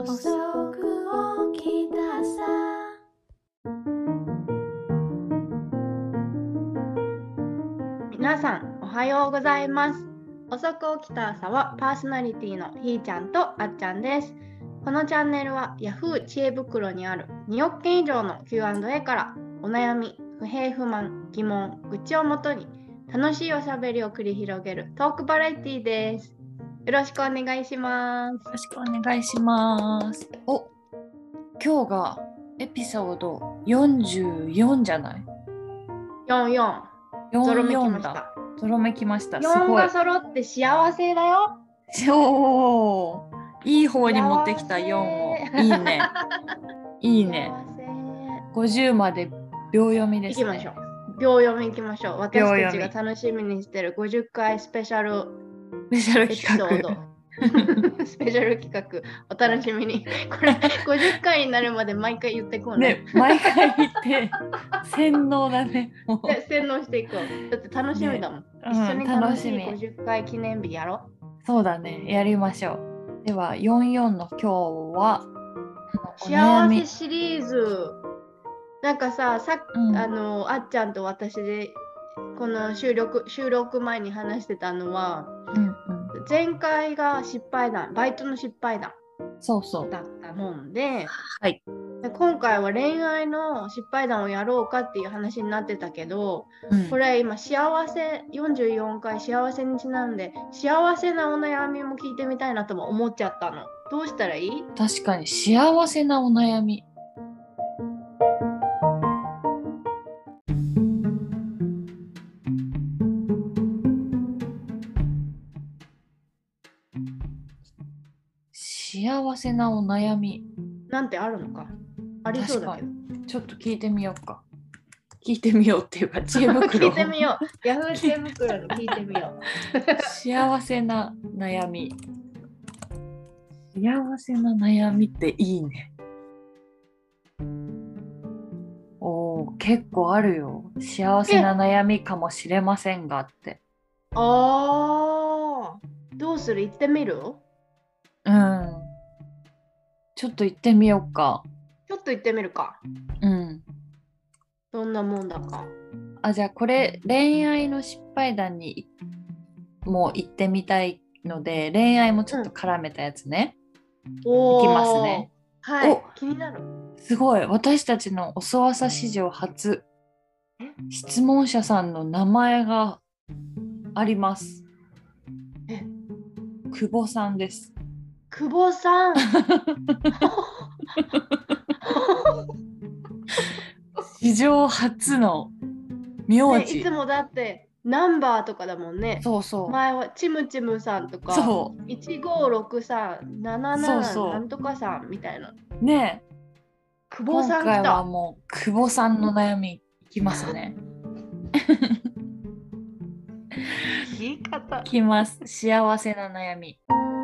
遅く起きたさ。皆さんおはようございます。遅く起きた朝はパーソナリティのひーちゃんとあっちゃんです。このチャンネルは Yahoo 知恵袋にある2億件以上の Q&A からお悩み、不平不満、疑問、愚痴をもとに楽しいおしゃべりを繰り広げるトークバラエティです。よろしくお願いします。 よろしくお願いします。今日がエピソード44じゃない 44 ゾロ目きました。 ゾロ目きました。す 4 ごい。 が揃って幸せだよ。 いい方に持ってきた4を。いいね。いいね。50まで秒読みですね。 行きましょう。秒読み行きましょう。私たちが楽しみにしてる50回スペシャルエピソード。スペシャル企画お楽しみに。これ50回になるまで毎回言ってこうね。 毎回言って洗脳だね。 洗脳していこう。だって楽しみだもん。一緒に楽しい50回記念日やろう。 そうだね。やりましょう。では44の今日は幸せシリーズ。なんかさ、あっちゃんと私でこの収録前に話してたのは、前回が失敗談、バイトの失敗談だったもんで、 はい、 今回は恋愛の失敗談をやろうかっていう話になってたけど、これ今幸せ44回幸せにちなんで幸せなお悩みも聞いてみたいなとも思っちゃったの。どうしたらいい？ 確かに幸せなお悩み。幸せなお悩みなんてあるのか。ありそうだけど。 ちょっと聞いてみようか。聞いてみようっていうか知恵袋聞いてみよう。ヤフー知恵袋で聞いてみよう。 幸せな悩み。幸せな悩みっていいね。結構あるよ。幸せな悩みかもしれませんがって。 どうする？言ってみる？ ちょっと言ってみようか。 ちょっと言ってみるか。どんなもんだか。 じゃあこれ恋愛の失敗談にも行ってみたいので、恋愛もちょっと絡めたやつね。いきますね。 はい。気になる。 すごい。私たちのおそわさ史上初、質問者さんの名前があります。久保さんです。 久保さん。 史上初の名字、 いつもだってナンバーとかだもんね。前はチムチムさんとか156377なんとかさんみたいなね。 久保さん来た。 今回はもう久保さんの悩みいきますね。 言い方きます。幸せな悩み。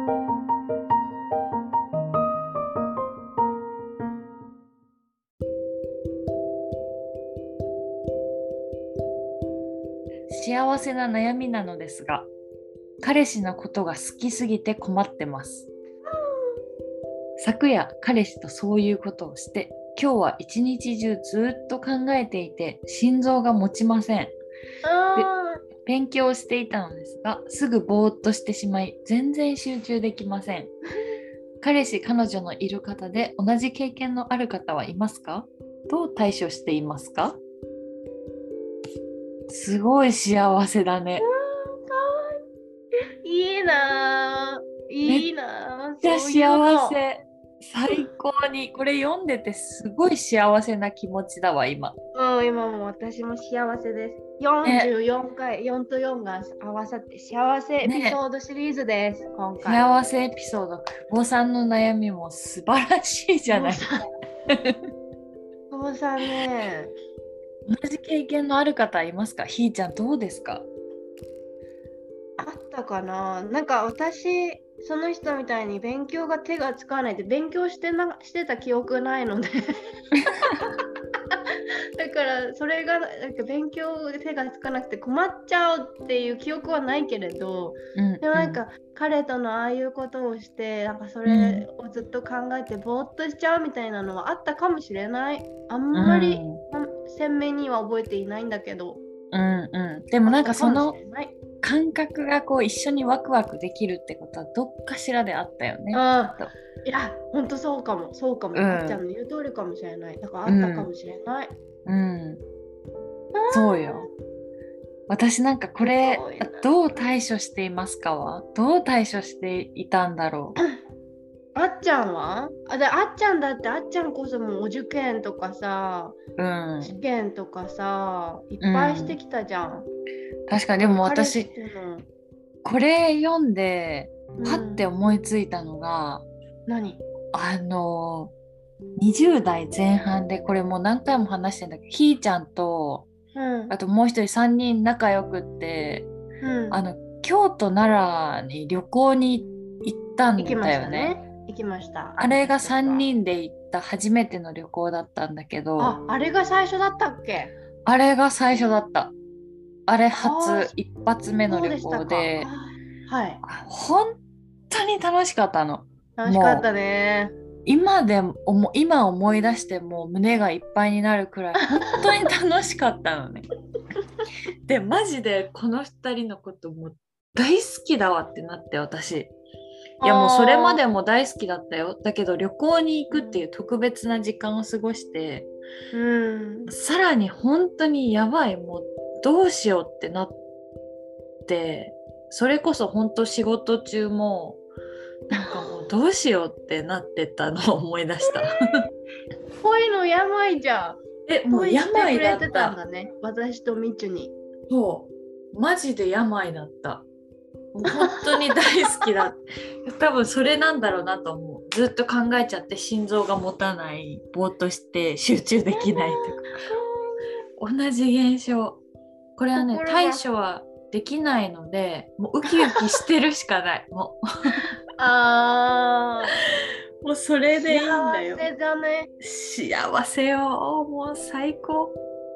幸せな悩みなのですが、彼氏のことが好きすぎて困ってます。昨夜彼氏とそういうことをして、今日は一日中ずっと考えていて心臓が持ちません。勉強していたのですが、すぐぼーっとしてしまい全然集中できません。彼氏彼女のいる方で同じ経験のある方はいますか？どう対処していますか？すごい幸せだね。 いいな。いいな。 めっちゃ幸せ。最高に。これ読んでてすごい幸せな気持ちだわ今。 今も私も幸せです。44回、4と4が合わさって幸せエピソードシリーズです、今回。 幸せエピソード、久保さんの悩みも素晴らしいじゃない。 久保さんね。 同じ経験のある方いますか？ひーちゃんどうですか？ あったかな。なんか私その人みたいに勉強が手がつかないで勉強してた記憶ないのでだからそれがなんか勉強で手がつかなくて困っちゃうっていう記憶はないけれど、でもなんか彼とのああいうことをしてなんかそれをずっと考えてぼーっとしちゃうみたいなのはあったかもしれない。あんまり鮮明には覚えていないんだけど、 でもなんかその感覚がこう一緒にワクワクできるってことはどっかしらであったよね。 いや、ほんとそうかも、あっちゃんの言う通りかもしれない。だからあったかもしれない。 そうよ。私なんかこれどう対処していますかはどう対処していたんだろう。 あっちゃんはあっちゃんだってあっちゃんこそもうお受験とかさ、試験とかさいっぱいしてきたじゃん。 確かに。でも私これ読んでパッて思いついたのが、 何 20代前半でこれもう何回も話してんだけど、ひーちゃんと、あともう一人3人仲良くって、京都奈良に旅行に行ったんだよね。 行きました。 あれが3人で行った初めての旅行だったんだけど。 あれが最初だったっけ？ あれが最初だった。あれ一発目の旅行で、本当に楽しかったの。 楽しかったね。 今思い出しても胸がいっぱいになるくらい本当に楽しかったのね。でマジでこの2人のことも大好きだわってなって、私いやもうそれまでも大好きだったよ。だけど旅行に行くっていう特別な時間を過ごして、さらに本当にやばい、もうどうしようってなって、それこそ本当仕事中もなんかもうどうしようってなってたのを思い出した。 恋の病じゃん。 もう病だった。 恋してくれてたんだね、私とみちゅに。 そうマジで病だった。本当に大好きだ。多分それなんだろうなと思う。ずっと考えちゃって心臓が持たない、ぼーっとして集中できないとか同じ現象。これはね対処はできないので、もうウキウキしてるしかない。もうそれでいいんだよ。 幸せだね。 幸せよ、もう最高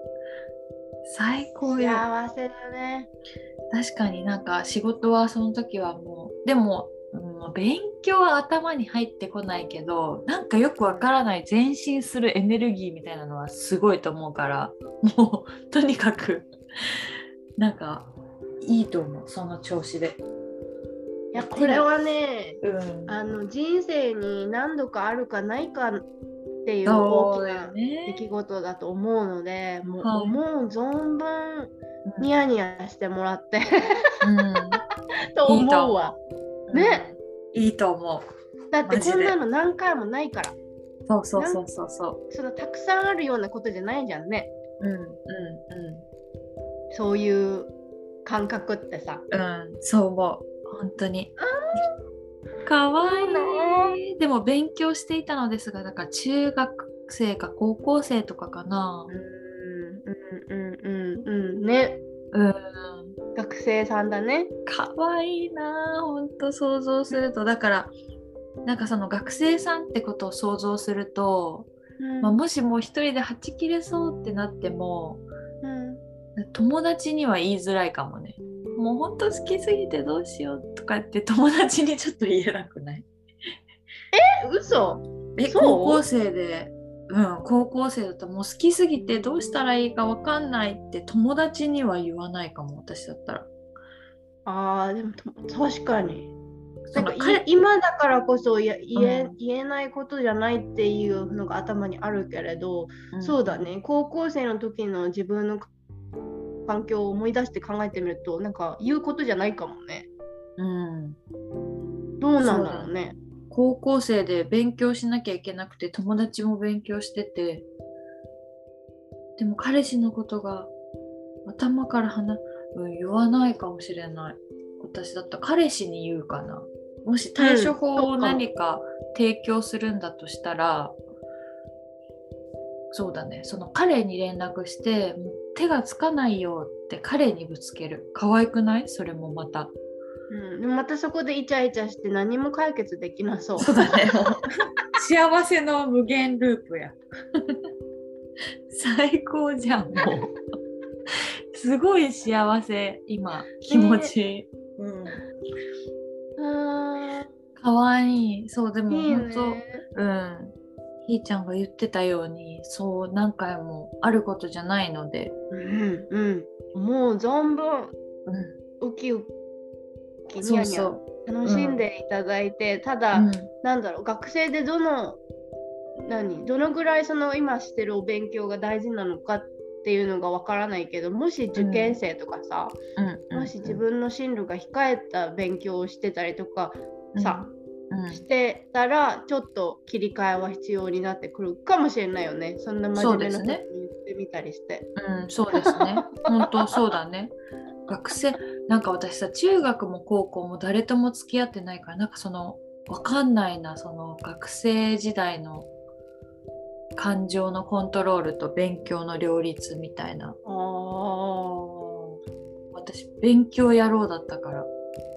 よ。 幸せだね。 確かになんか仕事はその時はもうでも、勉強は頭に入ってこないけど、なんかよくわからない前進するエネルギーみたいなのはすごいと思うから、もうとにかくなんかいいと思う、その調子で。 いやこれはね、人生に何度かあるかないかっていう大きな出来事だと思うので、もう思う存分ニヤニヤしてもらって、と思うわ。ね、 いいと思う。 だってこんなの何回もないから。 そう。 そのたくさんあるようなことじゃないじゃんね。そういう感覚ってさ。 そう思う。本当に。かわいい。でも勉強していたのですが、だから中学生か高校生とかかな。 ね。学生さんだね。 かわいいな、本当想像すると。だからなんかその学生さんってことを想像すると、もしもう一人ではち切れそうってなっても、友達には言いづらいかもね。もう本当好きすぎてどうしようとかって友達にちょっと言えなくない？ 嘘？ 高校生で、高校生だともう好きすぎてどうしたらいいか分かんないって友達には言わないかも、私だったら。 でも確かに。なんか今だからこそ言えないことじゃないっていうのが頭にあるけれど、そうだね、高校生の時の自分の環境を思い出して考えてみると、なんか言うことじゃないかもね。どうなんだろうね。 高校生で勉強しなきゃいけなくて、友達も勉強してて、でも彼氏のことが頭から言わないかもしれない。私だったら彼氏に言うかな。もし対処法を何か提供するんだとしたら、そうだね、その彼に連絡してもう手がつかないよって彼にぶつける。可愛くない？それもまた。 でもまたそこでイチャイチャして何も解決できなそう。 そうだね。幸せの無限ループや。 最高じゃん、もう。すごい幸せ、今、気持ち。かわいい。そう、でもいい本当、 ね。 ひーちゃんが言ってたように、そう、何回もあることじゃないので。 もう存分、ウキウキニヤニヤ楽しんでいただいて、ただ、なんだろう、学生でどのぐらいその今してるお勉強が大事なのかっていうのがわからないけど、もし受験生とかさ、もし自分の進路が控えた勉強をしてたりとかさ、してたらちょっと切り替えは必要になってくるかもしれないよね。そんな真面目なことに言ってみたりして。 そうですね。本当そうだね。学生なんか私さ、中学も高校も誰とも付き合ってないから、なんかそのわかんないな、その学生時代の感情のコントロールと勉強の両立みたいな。私勉強野郎だったから。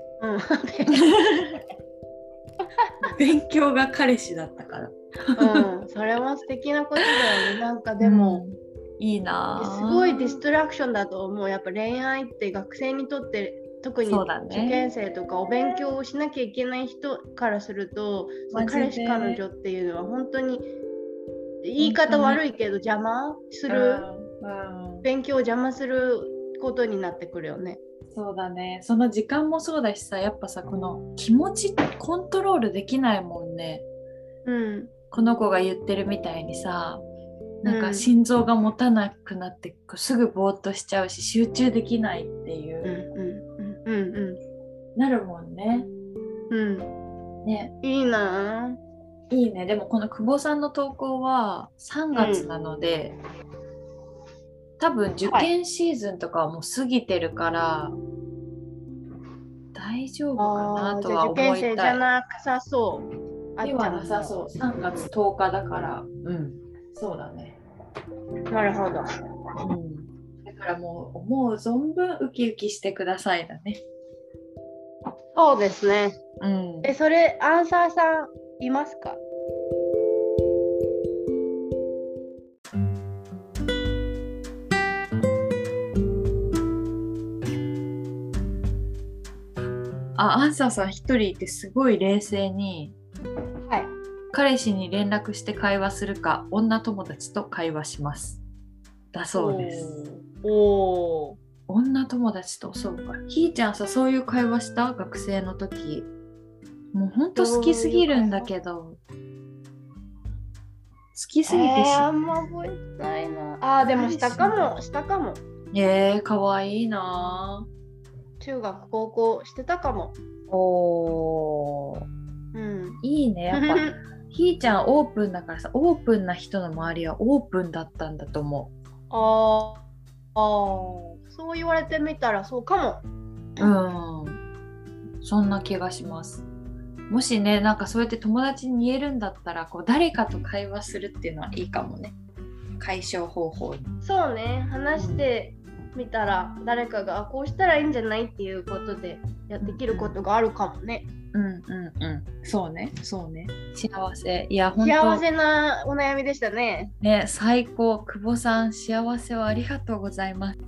勉強が彼氏だったから。 それは素敵なことだよね。なんかでも、 いいな。 すごいディストラクションだと思う。やっぱ恋愛って学生にとって特に受験生とかお勉強をしなきゃいけない人からすると、その彼氏彼女っていうのは本当に言い方悪いけど邪魔する、勉強を邪魔することになってくるよね。 そうだね。その時間もそうだしさ、やっぱさ、この気持ちコントロールできないもんね。この子が言ってるみたいにさ、なんか心臓が持たなくなってすぐぼーっとしちゃうし、集中できないっていうなるもんね。 ね、いいな。 いいね。でもこの久保さんの投稿は3月なので、多分受験シーズンとかはもう過ぎてるから、大丈夫かなとは思いたい。 受験生じゃなさそう。 ではなさそう。3月10日だから。そうだね。 なるほど。 だからもう思う存分ウキウキしてくださいだね。 そうですね。それアンサーさんいますか？ アンサーさん一人いてすごい冷静に、彼氏に連絡して会話するか女友達と会話しますだそうです。女友達と。そうか。ひーちゃんさ、そういう会話した学生の時。もうほんと好きすぎるんだけど、好きすぎてあんま覚えてないな。でもしたかも。 かわいいな。 中学高校してたかも。 いいね。やっぱひーちゃんオープンだからさ、オープンな人の周りはオープンだったんだと思う。そう言われてみたらそうかも。 そんな気がします。もしね、なんかそうやって友達に言えるんだったら、こう誰かと会話するっていうのはいいかもね。解消方法に。そうね、話してみたら誰かがこうしたらいいんじゃないっていうことでできることがあるかもね。 そうね。幸せ。いや、本当幸せなお悩みでしたね。 ね、最高。久保さん、幸せをありがとうございます。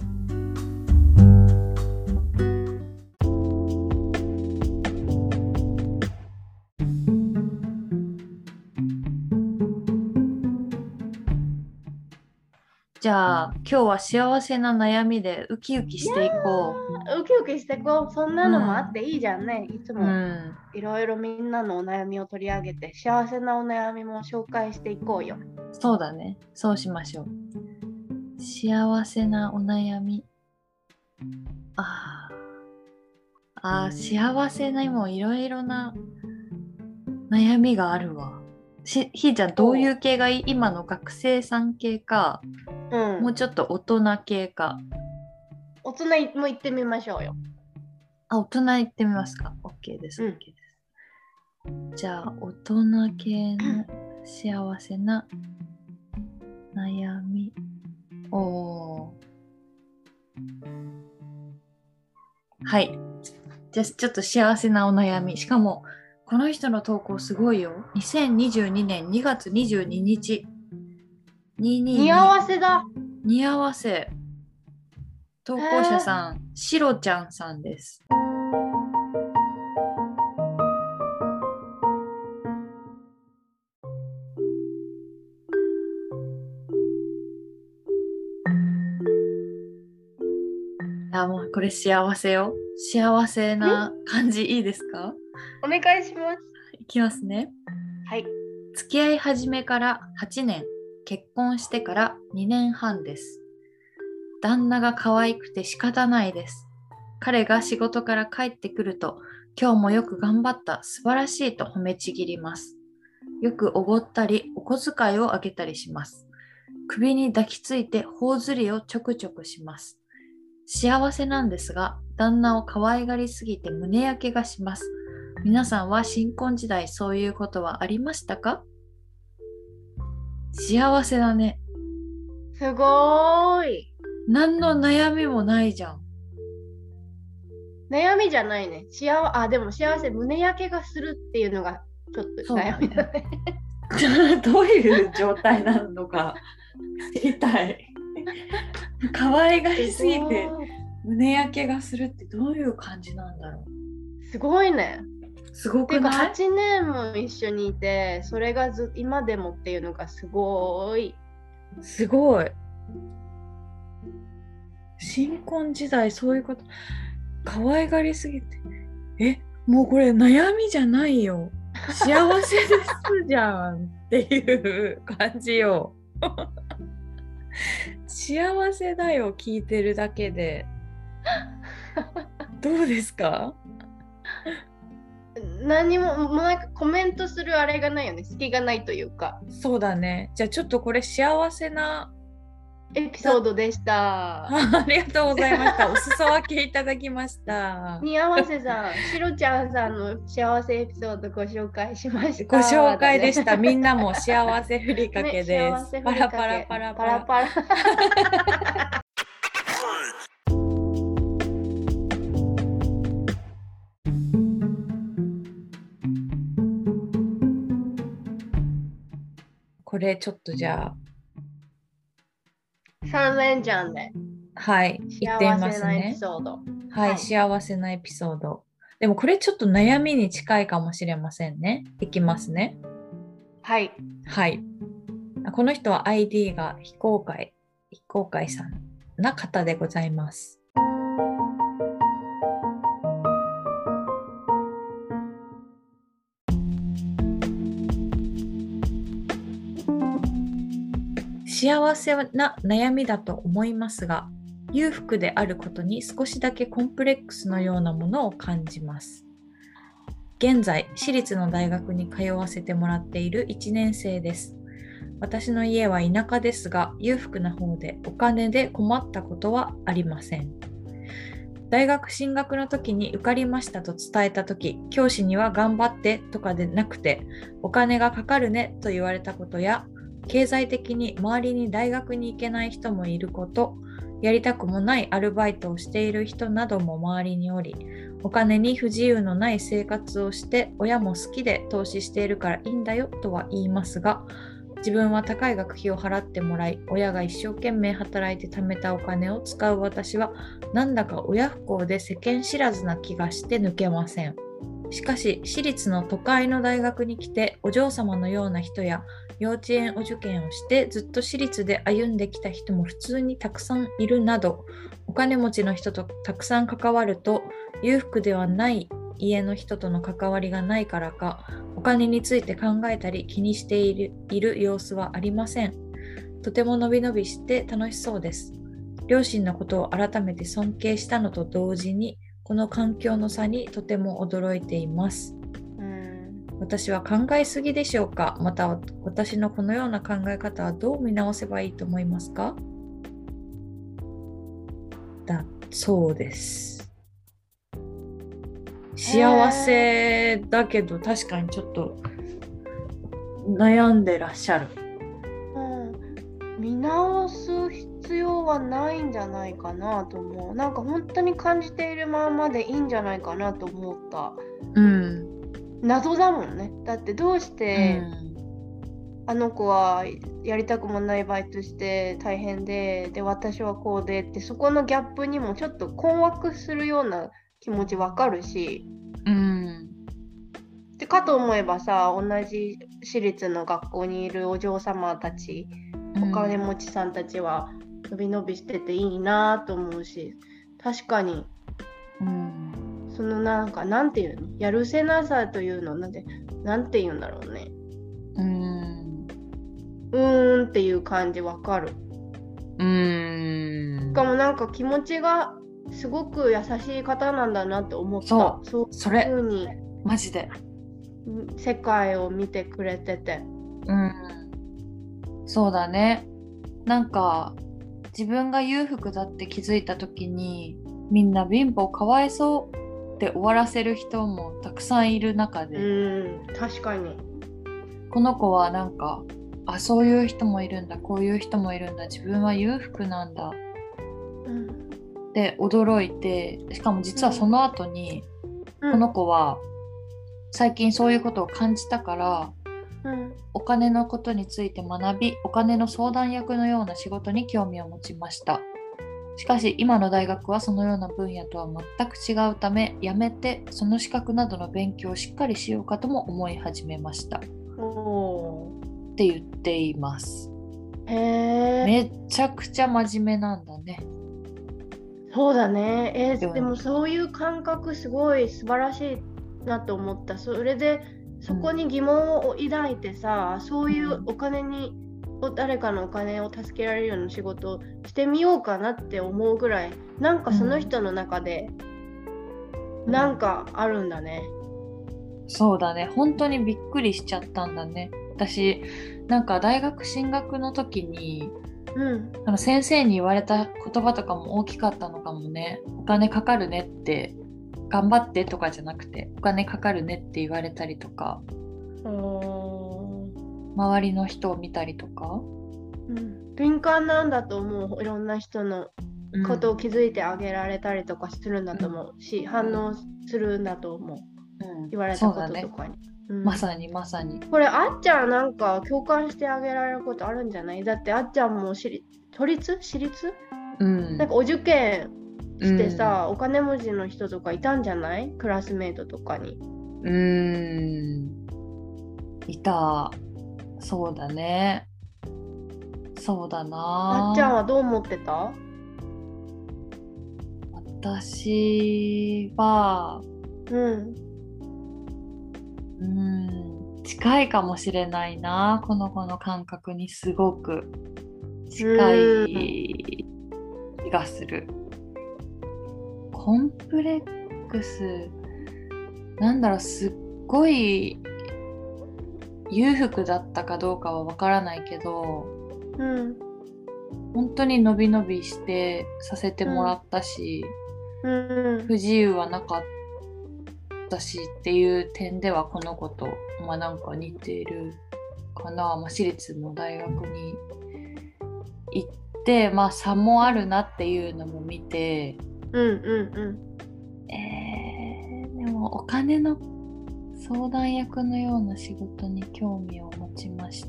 じゃあ今日は幸せな悩みでウキウキしていこう。ウキウキしていこう。そんなのもあっていいじゃんね。いつもいろいろみんなのお悩みを取り上げて、幸せなお悩みも紹介していこうよ。 そうだね。そうしましょう。幸せなお悩み。幸せなもいろいろな悩みがあるわ。ひーちゃんどういう系がいい？今の学生さん系か、もうちょっと大人系か。 大人も行ってみましょうよ。 大人行ってみますか。OK です。OK です。じゃあ大人系の幸せな悩み。はい。じゃあちょっと幸せなお悩み。しかもこの人の投稿すごいよ。2022年2月22日。 222 似合わせだ。 似合わせ。投稿者さん、しろちゃんさんです。もうこれ幸せよ。幸せな感じいいですか？ お願いします。 いきますね。 はい。 付き合い始めから8年、結婚してから2年半です。旦那が可愛くて仕方ないです。彼が仕事から帰ってくると、今日もよく頑張った、素晴らしいと褒めちぎります。よくおごったり、お小遣いをあげたりします。首に抱きついて頬ずりをちょくちょくします。幸せなんですが、旦那を可愛がりすぎて胸焼けがします。皆さんは新婚時代そういうことはありましたか？幸せだね。 すごーい。 何の悩みもないじゃん。 悩みじゃないね。でも幸せ、胸焼けがするっていうのがちょっと悩みだね。 どういう状態なのか知りたい。可愛がりすぎて胸焼けがするってどういう感じなんだろう。 すごいね。 すごくない？ ていうか8年も一緒にいて、それが今でもっていうのがすごい。 すごい。新婚時代そういうこと。可愛がりすぎて。もうこれ悩みじゃないよ。幸せですじゃんっていう感じよ。幸せだよ、聞いてるだけで。どうですか？ 何も、もうなんかコメントするあれがないよね。隙がないというか。 そうだね。じゃあちょっとこれ幸せなエピソードでした。 ありがとうございました。お裾分けいただきました。 似合わせさん、しろちゃんさんの幸せエピソードご紹介しました。 ご紹介でした。みんなも幸せふりかけです。 ね、 パラパラパラパラ。 パラパラこれちょっとじゃあ 3連チャンで。 はい、言ってみますね。 幸せなエピソード。 はい、幸せなエピソード。でもこれちょっと悩みに近いかもしれませんね。いきますね。 はい。 はい。この人は ID が非公開さんな方でございます。幸せな悩みだと思いますが、裕福であることに少しだけコンプレックスのようなものを感じます。現在、私立の大学に通わせてもらっている1年生です。私の家は田舎ですが、裕福な方でお金で困ったことはありません。大学進学の時に受かりましたと伝えた時、教師には頑張ってとかでなくて、お金がかかるねと言われたことや、経済的に周りに大学に行けない人もいること、やりたくもないアルバイトをしている人なども周りにおり、お金に不自由のない生活をして親も好きで投資しているからいいんだよとは言いますが、自分は高い学費を払ってもらい、親が一生懸命働いて貯めたお金を使う私は、なんだか親不孝で世間知らずな気がして抜けません。しかし、私立の都会の大学に来て、お嬢様のような人や幼稚園お受験をしてずっと私立で歩んできた人も普通にたくさんいるなど、お金持ちの人とたくさん関わると、裕福ではない家の人との関わりがないからか、お金について考えたり気にしている様子はありません。とてものびのびして楽しそうです。両親のことを改めて尊敬したのと同時に、この環境の差にとても驚いています。私は考えすぎでしょうか？また私のこのような考え方はどう見直せばいいと思いますか？だそうです。幸せだけど確かにちょっと悩んでらっしゃる。 見直す必要はないんじゃないかなと思う。なんか本当に感じているままでいいんじゃないかなと思った。謎だもんね。だってどうして、 あの子はやりたくもないバイトして大変で、私はこうでって、そこのギャップにもちょっと困惑するような気持ちわかるし、でかと思えばさ、同じ私立の学校にいるお嬢様たち、お金持ちさんたちはのびのびしてていいなと思うし、確かに、そのなんていうの、やるせなさというの、なんて言うんだろうね。っていう感じわかる。しかもなんか気持ちがすごく優しい方なんだなって思った。 それ風にマジで世界を見てくれてて。 そうだね。なんか自分が裕福だって気づいた時に、みんな貧乏かわいそうって終わらせる人もたくさんいる中で、 確かにこの子はなんか、そういう人もいるんだ、こういう人もいるんだ、自分は裕福なんだって驚いて、しかも実はその後に、この子は最近そういうことを感じたから、お金のことについて学び、お金の相談役のような仕事に興味を持ちました。しかし今の大学はそのような分野とは全く違うため、やめてその資格などの勉強をしっかりしようかとも思い始めました。って言っています。めちゃくちゃ真面目なんだね。 そうだね。でもそういう感覚すごい素晴らしいなと思った。それでそこに疑問を抱いてさ、そういうお金に、誰かのお金を助けられるような仕事をしてみようかなって思うぐらい、なんかその人の中でなんかあるんだね。 そうだね。本当にびっくりしちゃったんだね。私なんか大学進学の時に、先生に言われた言葉とかも大きかったのかもね。お金かかるねって、頑張ってとかじゃなくて、お金かかるねって言われたりとか、周りの人を見たりとか、 敏感なんだと思う。いろんな人のことを気づいてあげられたりとかするんだと思うし、反応するんだと思う。言われたこととかに。 まさにまさに。 これあっちゃんなんか共感してあげられることあるんじゃない？だってあっちゃんも私立、なんかお受験してさ、お金持ちの人とかいたんじゃない？クラスメートとかに。 いた。そうだね。そうだな。 あっちゃんはどう思ってた？ 私は近いかもしれないな。この子の感覚にすごく近い気がする。コンプレックス、なんだろう、すっごい裕福だったかどうかはわからないけど、本当にのびのびしてさせてもらったし、不自由はなかったしっていう点ではこの子と、なんか似ているかな。私立の大学に行って、差もあるなっていうのも見て、でもお金の相談役のような仕事に興味を持ちました。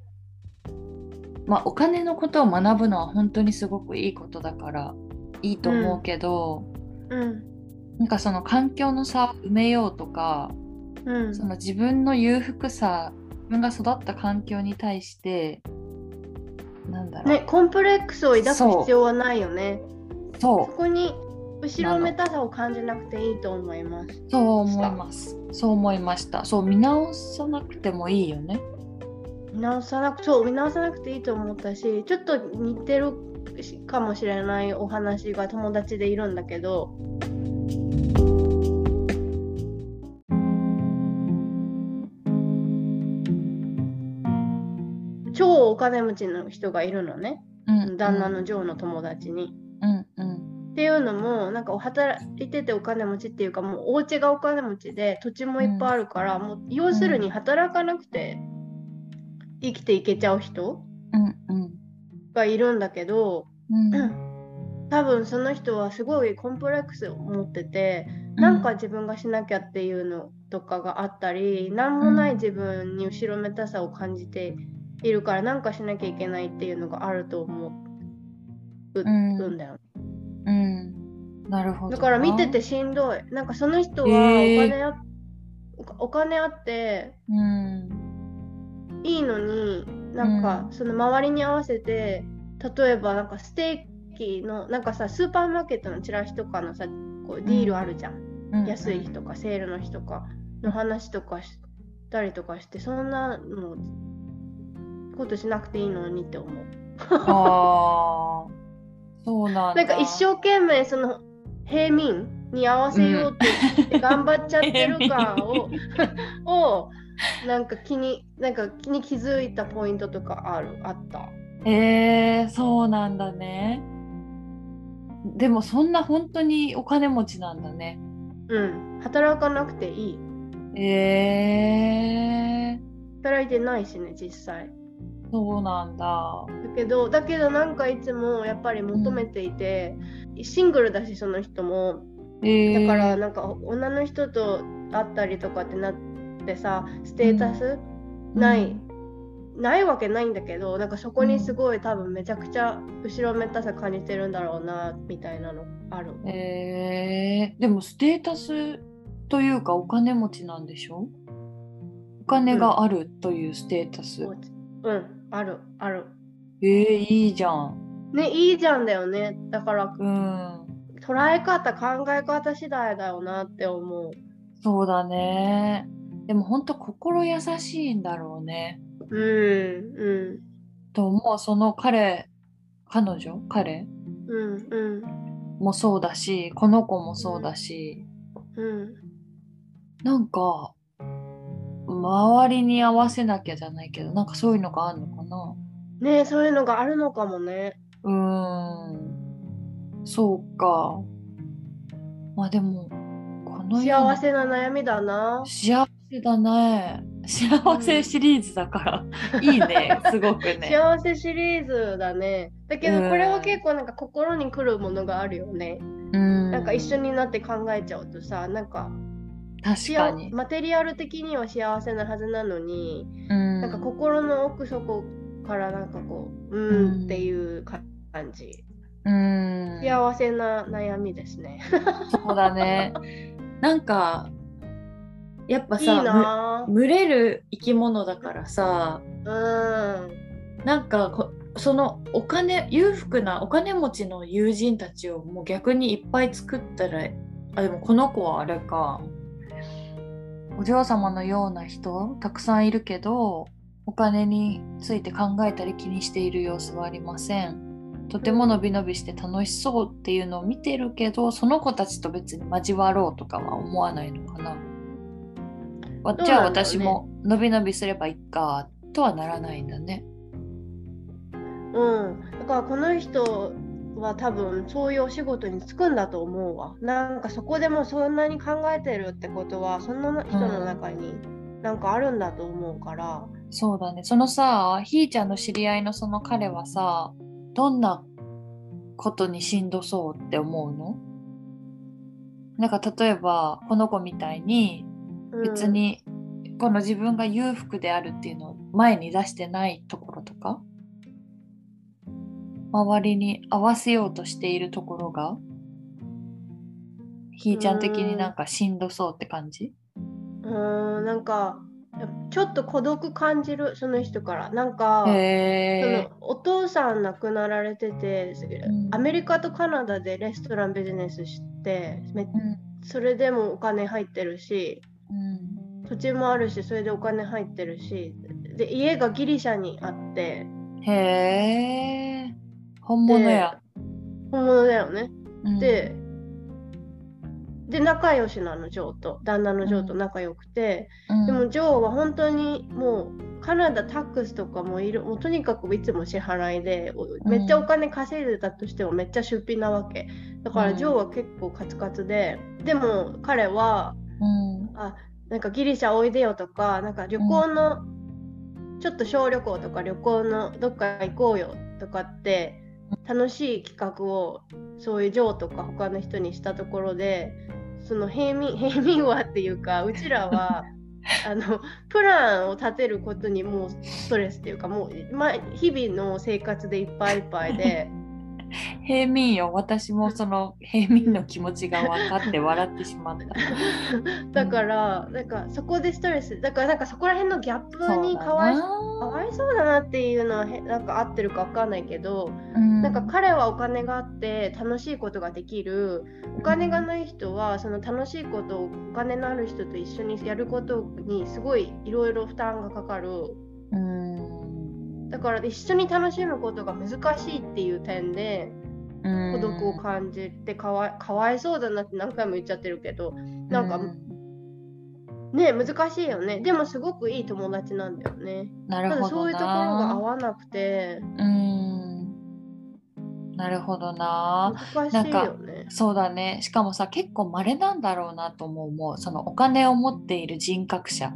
お金のことを学ぶのは本当にすごくいいことだからいいと思うけど、なんかその環境の差を埋めようとか、その自分の裕福さ、自分が育った環境に対してコンプレックスを抱く必要はないよね。 そこに後ろめたさを感じなくていいと思います。 そう思います。そう思いました。見直さなくてもいいよね。 見直さなくていいと思ったし、ちょっと似てるかもしれないお話が友達でいるんだけど、超お金持ちの人がいるのね、旦那のジョーの友達に。っていうのも、なんか働いててお金持ちっていうか、もうお家がお金持ちで土地もいっぱいあるから、もう要するに働かなくて生きていけちゃう人がいるんだけど、 多分その人はすごいコンプレックスを持ってて、 うんなんか自分がしなきゃっていうのとかがあったり、なんもない自分に後ろめたさを感じているから、なんかしなきゃいけないっていうのがあると思うんだよね。 うん、なるほどな。 だから見ててしんどい。なんかその人はお金あってうんいいのに、なんかその周りに合わせて、例えばなんかステーキのなんかさ、スーパーマーケットのチラシとかのさ、こうディールあるじゃん、安い日とかセールの日とかの話とかしたりとかして、そんなのことしなくていいのにって思う。 ああ、そうなんだ。 なんか一生懸命その平民に合わせようって頑張っちゃってる感をなんか気に気づいたポイントとかあった。 そうなんだね。でもそんな本当にお金持ちなんだね。 うん、働かなくていい。働いてないしね、実際。 そうなんだ。 だけどなんかいつもやっぱり求めていて、シングルだしその人も、だからなんか女の人と会ったりとかってなってさ、ステータスないわけないんだけど、なんかそこにすごい多分めちゃくちゃ後ろめたさ感じてるんだろうなみたいなのある。 でもステータスというかお金持ちなんでしょ？お金があるというステータス。 ある。 いいじゃん。 ね、いいじゃんだよね。だから、捉え方、考え方次第だよなって思う。 そうだね。でも本当心優しいんだろうね。と思う。その彼もそうだし、この子もそうだし、なんか周りに合わせなきゃじゃないけど、なんかそういうのがあるのかな。 ね、そういうのがあるのかもね。 そうか。まあでもこの幸せな悩みだな。 幸せだね。幸せシリーズだからいいね、すごくね。 幸せシリーズだね。だけどこれは結構なんか心に来るものがあるよね。なんか一緒になって考えちゃうとさ、なんか確かにマテリアル的には幸せなはずなのに、なんか心の奥底からなんかこうっていう感じ。幸せな悩みですね。 そうだね。なんかやっぱさ、群れる生き物だからさ、なんかその裕福なお金持ちの友人たちをもう逆にいっぱい作ったら、でもこの子はあれか、お嬢様のような人たくさんいるけど、お金について考えたり気にしている様子はありません。とてものびのびして楽しそうっていうのを見てるけど、その子たちと別に交わろうとかは思わないのかな。じゃあ私ものびのびすればいいかとはならないんだね。 だからこの人は多分そういうお仕事に就くんだと思うわ。なんかそこでもそんなに考えてるってことは、その人の中になんかあるんだと思うから。 そうだね。そのさ、ひーちゃんの知り合いのその彼はさ、どんなことにしんどそうって思うの？なんか例えばこの子みたいに別にこの自分が裕福であるっていうのを前に出してないところとか、周りに合わせようとしているところがひーちゃん的になんかしんどそうって感じ？ なんかちょっと孤独感じる、その人から。なんかそのお父さん亡くなられてて、アメリカとカナダでレストランビジネスして、それでもお金入ってるし、土地もあるし、それでお金入ってるし、で家がギリシャにあって、 本物や。 本物だよね。で仲良しなの、ジョーと旦那のジョーと仲良くて、でもジョーは本当にもうカナダタックスとかももうとにかくいつも支払いで、めっちゃお金稼いでたとしてもめっちゃ出費なわけだから、ジョーは結構カツカツで、でも彼は、なんかギリシャおいでよとか、なんか旅行の、ちょっと小旅行とか旅行のどっか行こうよとかって楽しい企画をそういうジョーとか他の人にしたところで、その平民はっていうか、うちらはプランを立てることにもうストレスっていうか、もう、日々の生活でいっぱいいっぱいで平民よ、私もその平民の気持ちが分かって笑ってしまった。 だからなんかそこでストレスだから、なんかそこら辺のギャップにかわいそうだなっていうのはなんか合ってるか分かんないけど、なんか彼はお金があって楽しいことができる、お金がない人はその楽しいことをお金のある人と一緒にやることにすごいいろいろ負担がかかる。だから一緒に楽しむことが難しいっていう点で孤独を感じてかわいそうだなって何回も言っちゃってるけど、なんかね、難しいよね。でもすごくいい友達なんだよね。 なるほどな。 ただそういうところが合わなくて。 なるほどな。 難しいよね。 そうだね。しかもさ、結構稀なんだろうなと思う。もうそのお金を持っている人格者。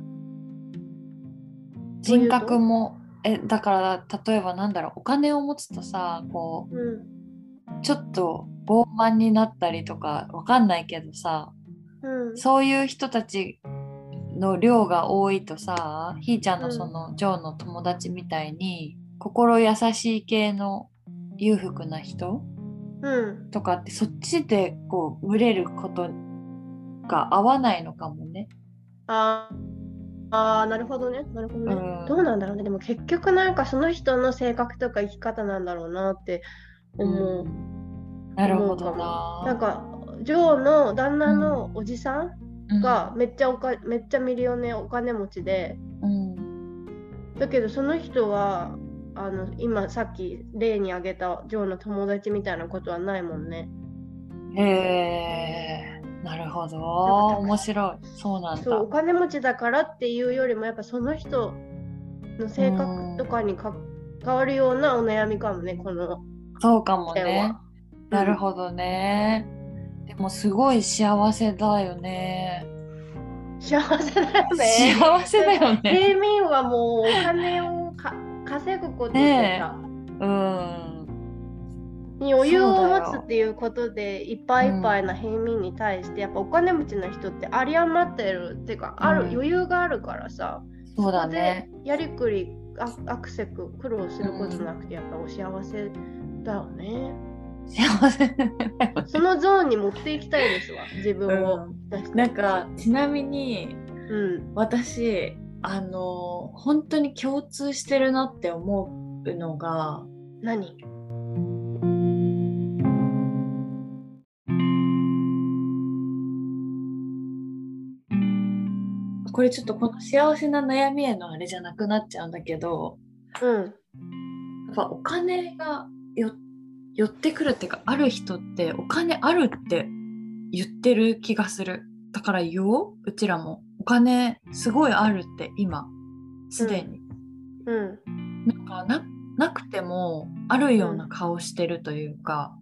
人格もだから例えばなんだろう、お金を持つとさ、こう、ちょっと傲慢になったりとかわかんないけどさ、そういう人たちの量が多いとさ、ひーちゃんのそのジョーの友達みたいに心優しい系の裕福な人、とかってそっちでこう群れることが合わないのかもね。 なるほどね。なるほどね。どうなんだろうね。でも結局なんかその人の性格とか生き方なんだろうなって思う。 なるほどな。 なんかジョーの旦那のおじさんがめっちゃミリオネお金持ちで、だけどその人は今さっき例に挙げたジョーの友達みたいなことはないもんね。 へえ、なるほど。面白い。そうなんだ。 そう、お金持ちだからっていうよりもやっぱその人の性格とかに関わるようなお悩みかもね、この。 そうかもね。なるほどね。でもすごい幸せだよね。 幸せだよね。 幸せだよね。 平民はもうお金を稼ぐことでさ、に余裕を持つっていうことでいっぱいいっぱいな平民に対して、やっぱお金持ちの人って有り余ってるっていうか、余裕があるからさ、 そうだね。 そこでやりくりアクセク苦労することなくて、やっぱお幸せだよね。 幸せだよね。 そのゾーンに持っていきたいですわ、自分を。 なんかちなみに、私本当に共通してるなって思うのが、 何？ これちょっとこの幸せな悩みへのあれじゃなくなっちゃうんだけど、やっぱお金が寄ってくるっていうか、ある人ってお金あるって言ってる気がする。だからうちらもお金すごいあるって今すでに、なんかなくてもあるような顔してるというか、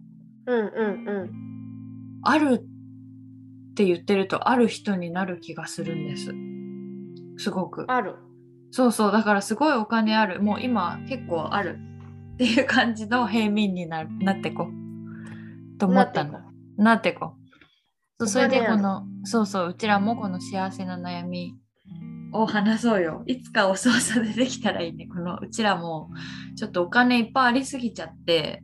あるって言ってるとある人になる気がするんです。すごくある。 そうそう、だからすごいお金ある、もう今結構あるっていう感じの平民になってこうと思ったの。なってこう。それでうちらもこの幸せな悩みを話そうよ。いつかお操作でできたらいいね。このうちらもちょっとお金いっぱいありすぎちゃって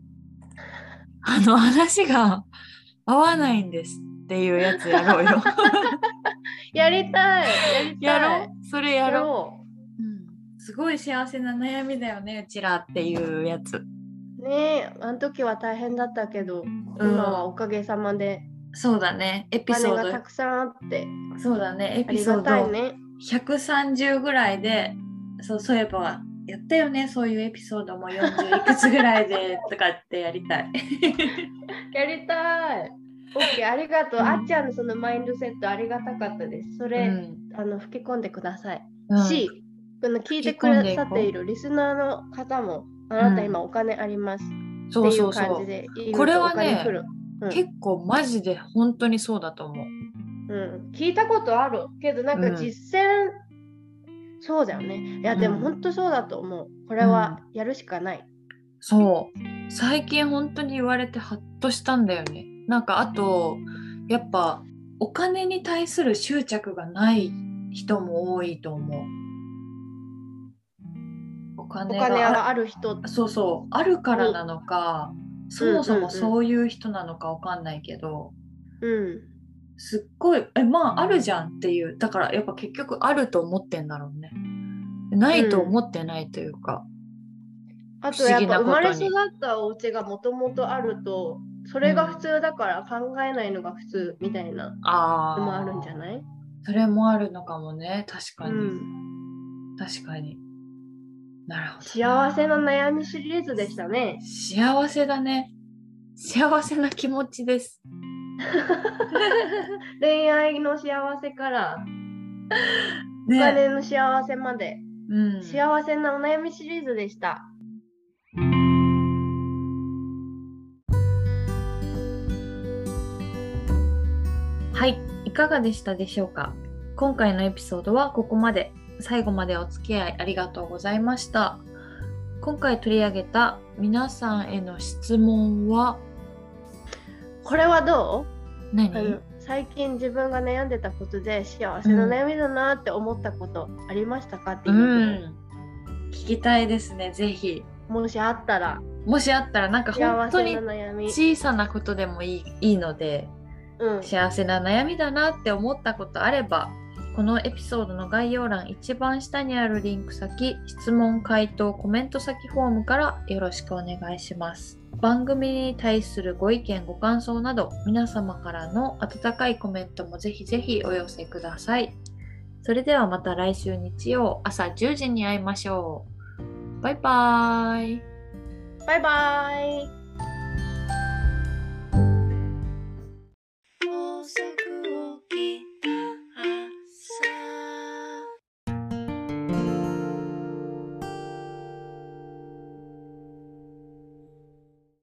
話が合わないんですっていうやつやろうよ。 やりたい。 やろう。それやろう。すごい幸せな悩みだよね、うちらっていうやつ。 ねえ、あの時は大変だったけど、今はおかげさまで。 そうだね、エピソードがたくさんあって。 そうだね、エピソード130ぐらいで、そういえばやったよね、そういうエピソードも40いくつぐらいでとかってやりたい。 やりたい。OK、ありがとう。あっちゃんのそのマインドセットありがたかったです。それ、吹き込んでください。し、聞いてくださっているリスナーの方も、あなた今お金ありますっていう感じで言うとこれはね、結構マジで本当にそうだと思う。 聞いたことあるけど、なんか実践、そうだよね。いや、でも本当そうだと思う。これはやるしかない。 そう。 最近本当に言われてハッとしたんだよね。なんかあとやっぱお金に対する執着がない人も多いと思う。おお金金ががある人。 そうそうあるからなのか、そもそもそういう人なのかわかんないけど、 うん。 すっごいまああるじゃんっていう、だからやっぱ結局あると思ってんだろうね。ないと思ってないというか、 あ不思議なとやっぱ生ことに。 まれ育ったお家がもともとあると、それが普通だから考えないのが普通みたいなのもあるんじゃない？ それもあるのかもね。確かに、 うん。 確かに。なるほど。 幸せの悩みシリーズでしたね。 幸せだね。幸せな気持ちです。 恋愛の幸せからおね。 金の幸せまで、 うん。 幸せなお悩みシリーズでした。 はい、いかがでしたでしょうか。今回のエピソードはここまで。最後までお付き合いありがとうございました。今回取り上げた皆さんへの質問は、 これはどう？ 何？ 最近自分が悩んでたことで幸せな悩みだなって思ったことありましたかっていうの、 聞きたいですね。ぜひ。 もしあったら、 なんか本当に幸せな悩み、 小さなことでもいいので、幸せな悩みだなって思ったことあれば、このエピソードの概要欄一番下にあるリンク先、質問、回答、コメント先フォームからよろしくお願いします。番組に対するご意見ご感想など皆様からの温かいコメントもぜひぜひお寄せください。それではまた来週日曜朝10時に会いましょう。バイバーイ。 バイバイ。